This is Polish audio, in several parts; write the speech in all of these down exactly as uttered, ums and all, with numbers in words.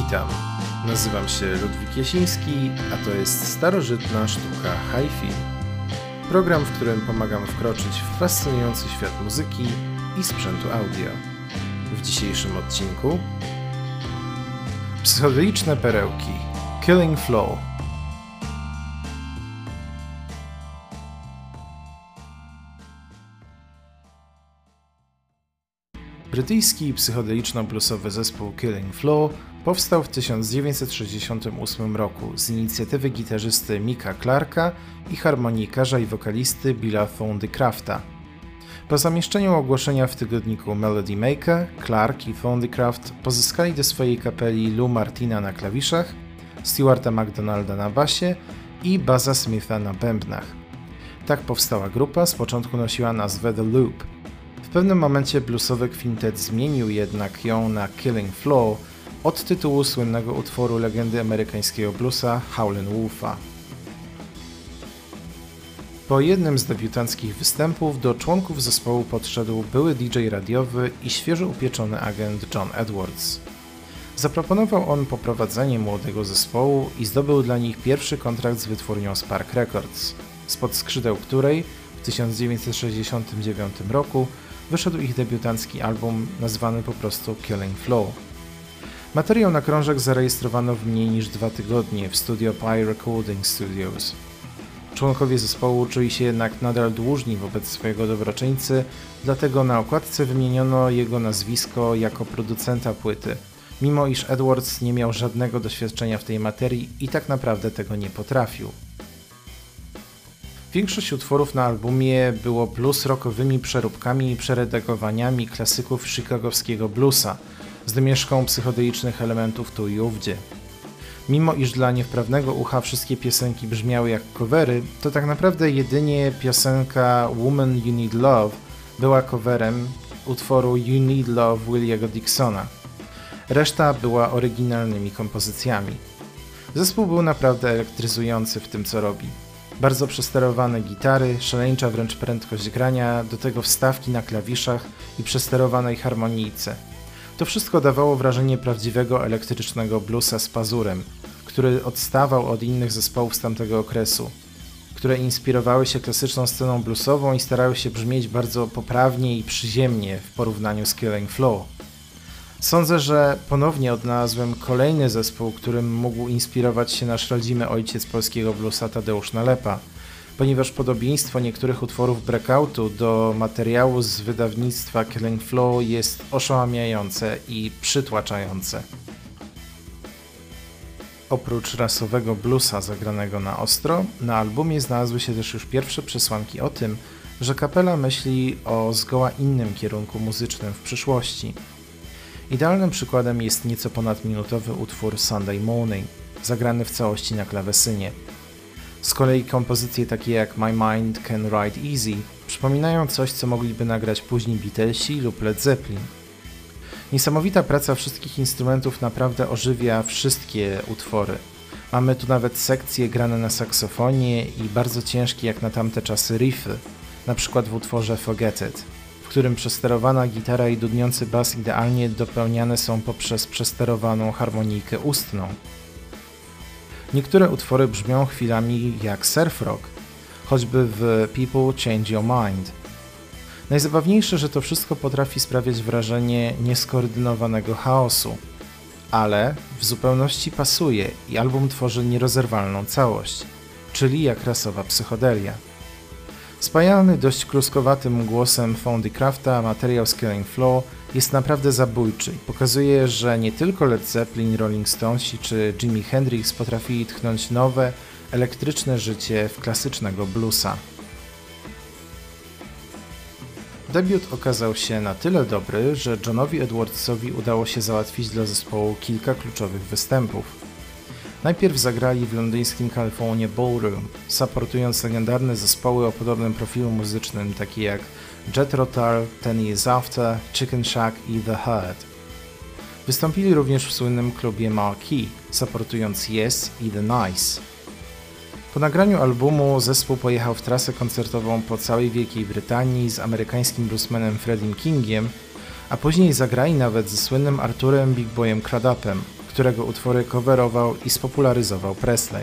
Witam, nazywam się Ludwik Jasiński, a to jest starożytna sztuka hi-fi. Program, w którym pomagam wkroczyć w fascynujący świat muzyki i sprzętu audio. W dzisiejszym odcinku psychodeliczne perełki Killing Floor. Brytyjski psychodeliczno-bluesowy zespół Killing Floor powstał w tysiąc dziewięćset sześćdziesiątym ósmym roku z inicjatywy gitarzysty Micka Clarka i harmonikarza i wokalisty Billa Thornycrafta. Po zamieszczeniu ogłoszenia w tygodniku Melody Maker, Clark i Thornycraft pozyskali do swojej kapeli Lou Martina na klawiszach, Stuarta McDonalda na basie i Buzza Smitha na bębnach. Tak powstała grupa, z początku nosiła nazwę The Loop. W pewnym momencie bluesowy kwintet zmienił jednak ją na Killing Floor od tytułu słynnego utworu legendy amerykańskiego bluesa Howlin' Wolfa. Po jednym z debiutanckich występów do członków zespołu podszedł były D J radiowy i świeżo upieczony agent John Edwards. Zaproponował on poprowadzenie młodego zespołu i zdobył dla nich pierwszy kontrakt z wytwórnią Spark Records, spod skrzydeł której w tysiąc dziewięćset sześćdziesiątym dziewiątym roku wyszedł ich debiutancki album nazwany po prostu Killing Floor. Materiał na krążek zarejestrowano w mniej niż dwa tygodnie w studio Pi Recording Studios. Członkowie zespołu czuli się jednak nadal dłużni wobec swojego dobroczyńcy, dlatego na okładce wymieniono jego nazwisko jako producenta płyty, mimo iż Edwards nie miał żadnego doświadczenia w tej materii i tak naprawdę tego nie potrafił. Większość utworów na albumie było blues rockowymi przeróbkami i przeredagowaniami klasyków chicagowskiego bluesa, z domieszką psychodelicznych elementów tu i ówdzie. Mimo iż dla niewprawnego ucha wszystkie piosenki brzmiały jak covery, to tak naprawdę jedynie piosenka Woman You Need Love była coverem utworu You Need Love Williego Dixona. Reszta była oryginalnymi kompozycjami. Zespół był naprawdę elektryzujący w tym, co robi. Bardzo przesterowane gitary, szaleńcza wręcz prędkość grania, do tego wstawki na klawiszach i przesterowanej harmonijce. To wszystko dawało wrażenie prawdziwego elektrycznego bluesa z pazurem, który odstawał od innych zespołów z tamtego okresu, które inspirowały się klasyczną sceną bluesową i starały się brzmieć bardzo poprawnie i przyziemnie w porównaniu z Killing Floor. Sądzę, że ponownie odnalazłem kolejny zespół, którym mógł inspirować się nasz rodzimy ojciec polskiego bluesa Tadeusz Nalepa, ponieważ podobieństwo niektórych utworów Breakoutu do materiału z wydawnictwa Killing Floor jest oszałamiające i przytłaczające. Oprócz rasowego bluesa zagranego na ostro, na albumie znalazły się też już pierwsze przesłanki o tym, że kapela myśli o zgoła innym kierunku muzycznym w przyszłości. Idealnym przykładem jest nieco ponadminutowy utwór Sunday Morning, zagrany w całości na klawesynie. Z kolei kompozycje takie jak My Mind Can Ride Easy przypominają coś, co mogliby nagrać później Beatlesi lub Led Zeppelin. Niesamowita praca wszystkich instrumentów naprawdę ożywia wszystkie utwory. Mamy tu nawet sekcje grane na saksofonie i bardzo ciężkie jak na tamte czasy riffy, na przykład w utworze Forget It, w którym przesterowana gitara i dudniący bas idealnie dopełniane są poprzez przesterowaną harmonijkę ustną. Niektóre utwory brzmią chwilami jak surf rock, choćby w People Change Your Mind. Najzabawniejsze, że to wszystko potrafi sprawiać wrażenie nieskoordynowanego chaosu, ale w zupełności pasuje i album tworzy nierozerwalną całość, czyli jak rasowa psychodelia. Spajany dość kluskowatym głosem Thornycrafta materiał z Killing Floor jest naprawdę zabójczy. Pokazuje, że nie tylko Led Zeppelin, Rolling Stonesi czy Jimi Hendrix potrafili tchnąć nowe, elektryczne życie w klasycznego bluesa. Debiut okazał się na tyle dobry, że Johnowi Edwardsowi udało się załatwić dla zespołu kilka kluczowych występów. Najpierw zagrali w londyńskim California Ballroom, supportując legendarne zespoły o podobnym profilu muzycznym takie jak Jethro Tull, Ten Years After, Chicken Shack i The Herd. Wystąpili również w słynnym klubie Marquee, supportując Yes i The Nice. Po nagraniu albumu zespół pojechał w trasę koncertową po całej Wielkiej Brytanii z amerykańskim bluesmanem Freddym Kingiem, a później zagrali nawet ze słynnym Arturem Big Boyem Cradupem, którego utwory coverował i spopularyzował Presley.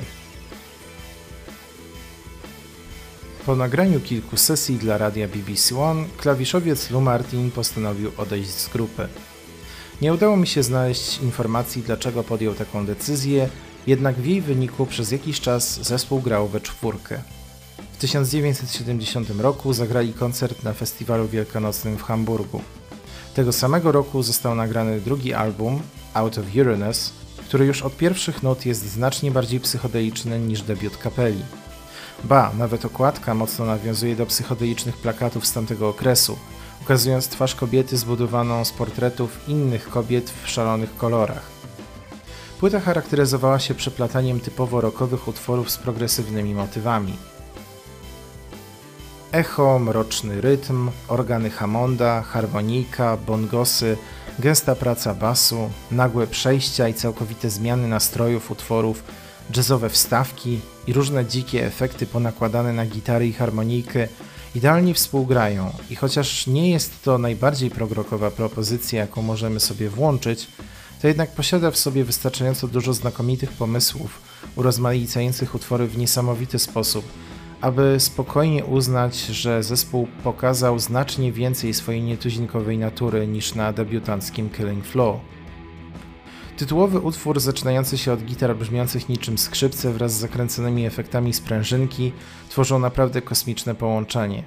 Po nagraniu kilku sesji dla radia B B C One, klawiszowiec Lou Martin postanowił odejść z grupy. Nie udało mi się znaleźć informacji, dlaczego podjął taką decyzję, jednak w jej wyniku przez jakiś czas zespół grał we czwórkę. W tysiąc dziewięćset siedemdziesiątym roku zagrali koncert na festiwalu wielkanocnym w Hamburgu. Tego samego roku został nagrany drugi album, Out of Uranus, który już od pierwszych nut jest znacznie bardziej psychodeliczny niż debiut kapeli. Ba, nawet okładka mocno nawiązuje do psychodelicznych plakatów z tamtego okresu, ukazując twarz kobiety zbudowaną z portretów innych kobiet w szalonych kolorach. Płyta charakteryzowała się przeplataniem typowo rockowych utworów z progresywnymi motywami. Echo, mroczny rytm, organy Hammonda, harmonijka, bongosy, gęsta praca basu, nagłe przejścia i całkowite zmiany nastrojów utworów, jazzowe wstawki i różne dzikie efekty ponakładane na gitary i harmonijkę idealnie współgrają i chociaż nie jest to najbardziej progrokowa propozycja, jaką możemy sobie włączyć, to jednak posiada w sobie wystarczająco dużo znakomitych pomysłów, urozmaicających utwory w niesamowity sposób, aby spokojnie uznać, że zespół pokazał znacznie więcej swojej nietuzinkowej natury niż na debiutanckim Killing Floor. Tytułowy utwór zaczynający się od gitar brzmiących niczym skrzypce wraz z zakręconymi efektami sprężynki tworzą naprawdę kosmiczne połączenie.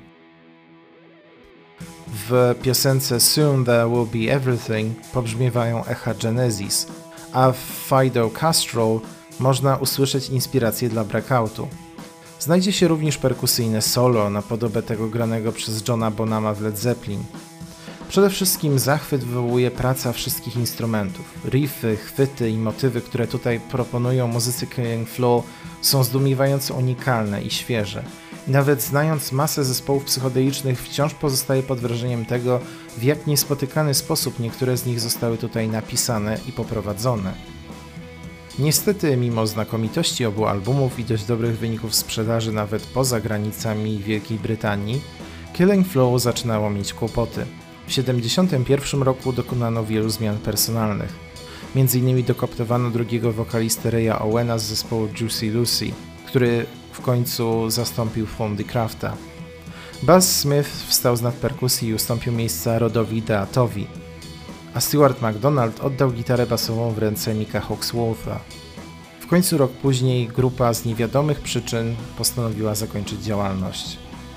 W piosence Soon There Will Be Everything pobrzmiewają echa Genesis, a w Fido Castrol można usłyszeć inspirację dla Breakoutu. Znajdzie się również perkusyjne solo na podobę tego granego przez Johna Bonhama w Led Zeppelin. Przede wszystkim zachwyt wywołuje praca wszystkich instrumentów. Riffy, chwyty i motywy, które tutaj proponują muzycy Killing Floor, są zdumiewająco unikalne i świeże. I nawet znając masę zespołów psychodelicznych, wciąż pozostaje pod wrażeniem tego, w jak niespotykany sposób niektóre z nich zostały tutaj napisane i poprowadzone. Niestety, mimo znakomitości obu albumów i dość dobrych wyników sprzedaży nawet poza granicami Wielkiej Brytanii, Killing Floor zaczynało mieć kłopoty. W tysiąc dziewięćset siedemdziesiątym pierwszym roku dokonano wielu zmian personalnych. Między innymi dokoptowano drugiego wokalistę Raya Owena z zespołu Juicy Lucy, który w końcu zastąpił Thondy Crafta. Buzz Smith wstał z nad perkusji i ustąpił miejsca Rodowi Deatowi, a Stuart McDonald oddał gitarę basową w ręce Micka Hawkswortha. W końcu rok później grupa z niewiadomych przyczyn postanowiła zakończyć działalność.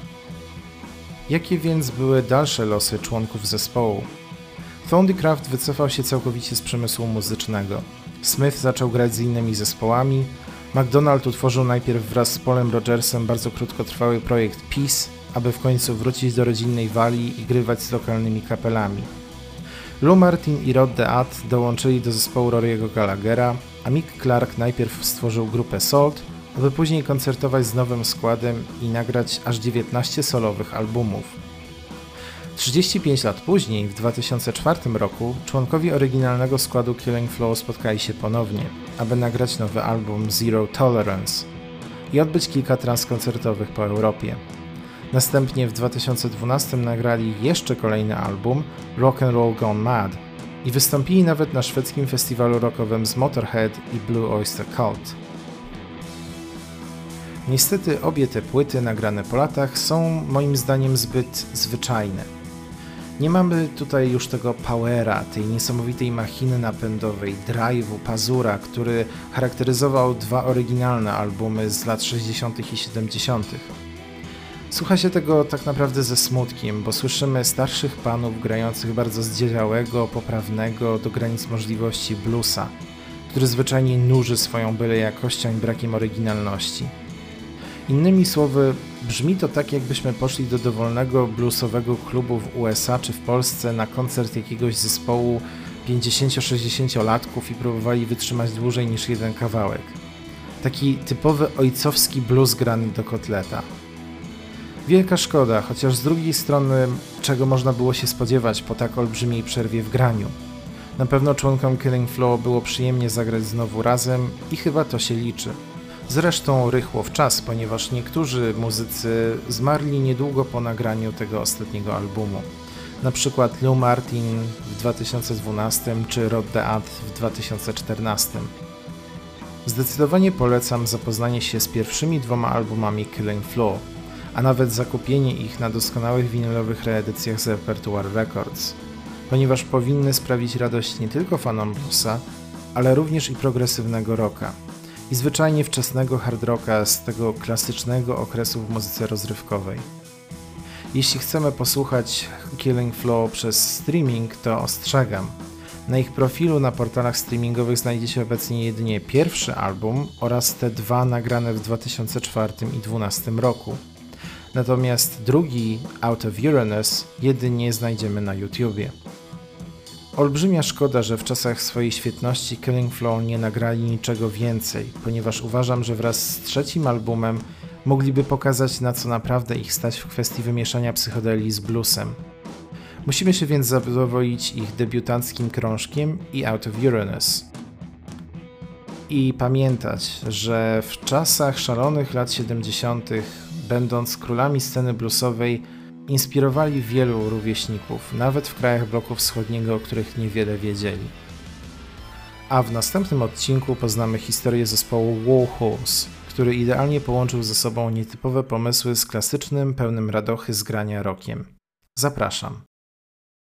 Jakie więc były dalsze losy członków zespołu? Thondy Craft wycofał się całkowicie z przemysłu muzycznego. Smith zaczął grać z innymi zespołami. McDonald utworzył najpierw wraz z Paulem Rogersem bardzo krótkotrwały projekt Peace, aby w końcu wrócić do rodzinnej Walii i grywać z lokalnymi kapelami. Lou Martin i Rod DeAt dołączyli do zespołu Rory'ego Gallaghera, a Mick Clark najpierw stworzył grupę Salt, aby później koncertować z nowym składem i nagrać aż dziewiętnaście solowych albumów. trzydzieści pięć lat później, w dwa tysiące czwartym roku, członkowie oryginalnego składu Killing Floor spotkali się ponownie, aby nagrać nowy album Zero Tolerance i odbyć kilka trans koncertowych po Europie. Następnie w dwa tysiące dwunastym nagrali jeszcze kolejny album Rock and Roll Gone Mad i wystąpili nawet na szwedzkim festiwalu rockowym z Motorhead i Blue Oyster Cult. Niestety obie te płyty nagrane po latach są moim zdaniem zbyt zwyczajne. Nie mamy tutaj już tego powera, tej niesamowitej machiny napędowej, drive'u, pazura, który charakteryzował dwa oryginalne albumy z lat sześćdziesiątych i siedemdziesiątych. Słucha się tego tak naprawdę ze smutkiem, bo słyszymy starszych panów grających bardzo zdzielałego, poprawnego do granic możliwości bluesa, który zwyczajnie nuży swoją byle jakością i brakiem oryginalności. Innymi słowy, brzmi to tak, jakbyśmy poszli do dowolnego bluesowego klubu w U S A czy w Polsce na koncert jakiegoś zespołu pięćdziesięcio-sześćdziesięciolatków i próbowali wytrzymać dłużej niż jeden kawałek. Taki typowy ojcowski blues grany do kotleta. Wielka szkoda, chociaż z drugiej strony czego można było się spodziewać po tak olbrzymiej przerwie w graniu. Na pewno członkom Killing Floor było przyjemnie zagrać znowu razem i chyba to się liczy. Zresztą rychło w czas, ponieważ niektórzy muzycy zmarli niedługo po nagraniu tego ostatniego albumu. na przykład Lou Martin w dwa tysiące dwunastym czy Rod the Ad w dwa tysiące czternastym. Zdecydowanie polecam zapoznanie się z pierwszymi dwoma albumami Killing Floor, a nawet zakupienie ich na doskonałych winylowych reedycjach z Repertoire Records, ponieważ powinny sprawić radość nie tylko fanom bluesa, ale również i progresywnego rocka i zwyczajnie wczesnego hard rocka z tego klasycznego okresu w muzyce rozrywkowej. Jeśli chcemy posłuchać Killing Floor przez streaming, to ostrzegam. Na ich profilu na portalach streamingowych znajdziecie obecnie jedynie pierwszy album oraz te dwa nagrane w dwa tysiące czwartym i dwa tysiące dwunastym roku. Natomiast drugi, Out of Uranus, jedynie znajdziemy na YouTubie. Olbrzymia szkoda, że w czasach swojej świetności Killing Floor nie nagrali niczego więcej, ponieważ uważam, że wraz z trzecim albumem mogliby pokazać, na co naprawdę ich stać w kwestii wymieszania psychodelii z bluesem. Musimy się więc zadowolić ich debiutanckim krążkiem i Out of Uranus. I pamiętać, że w czasach szalonych lat siedemdziesiątych, będąc królami sceny bluesowej, inspirowali wielu rówieśników, nawet w krajach bloku wschodniego, o których niewiele wiedzieli. A w następnym odcinku poznamy historię zespołu Warhorse, który idealnie połączył ze sobą nietypowe pomysły z klasycznym, pełnym radochy zgrania rockiem. Zapraszam.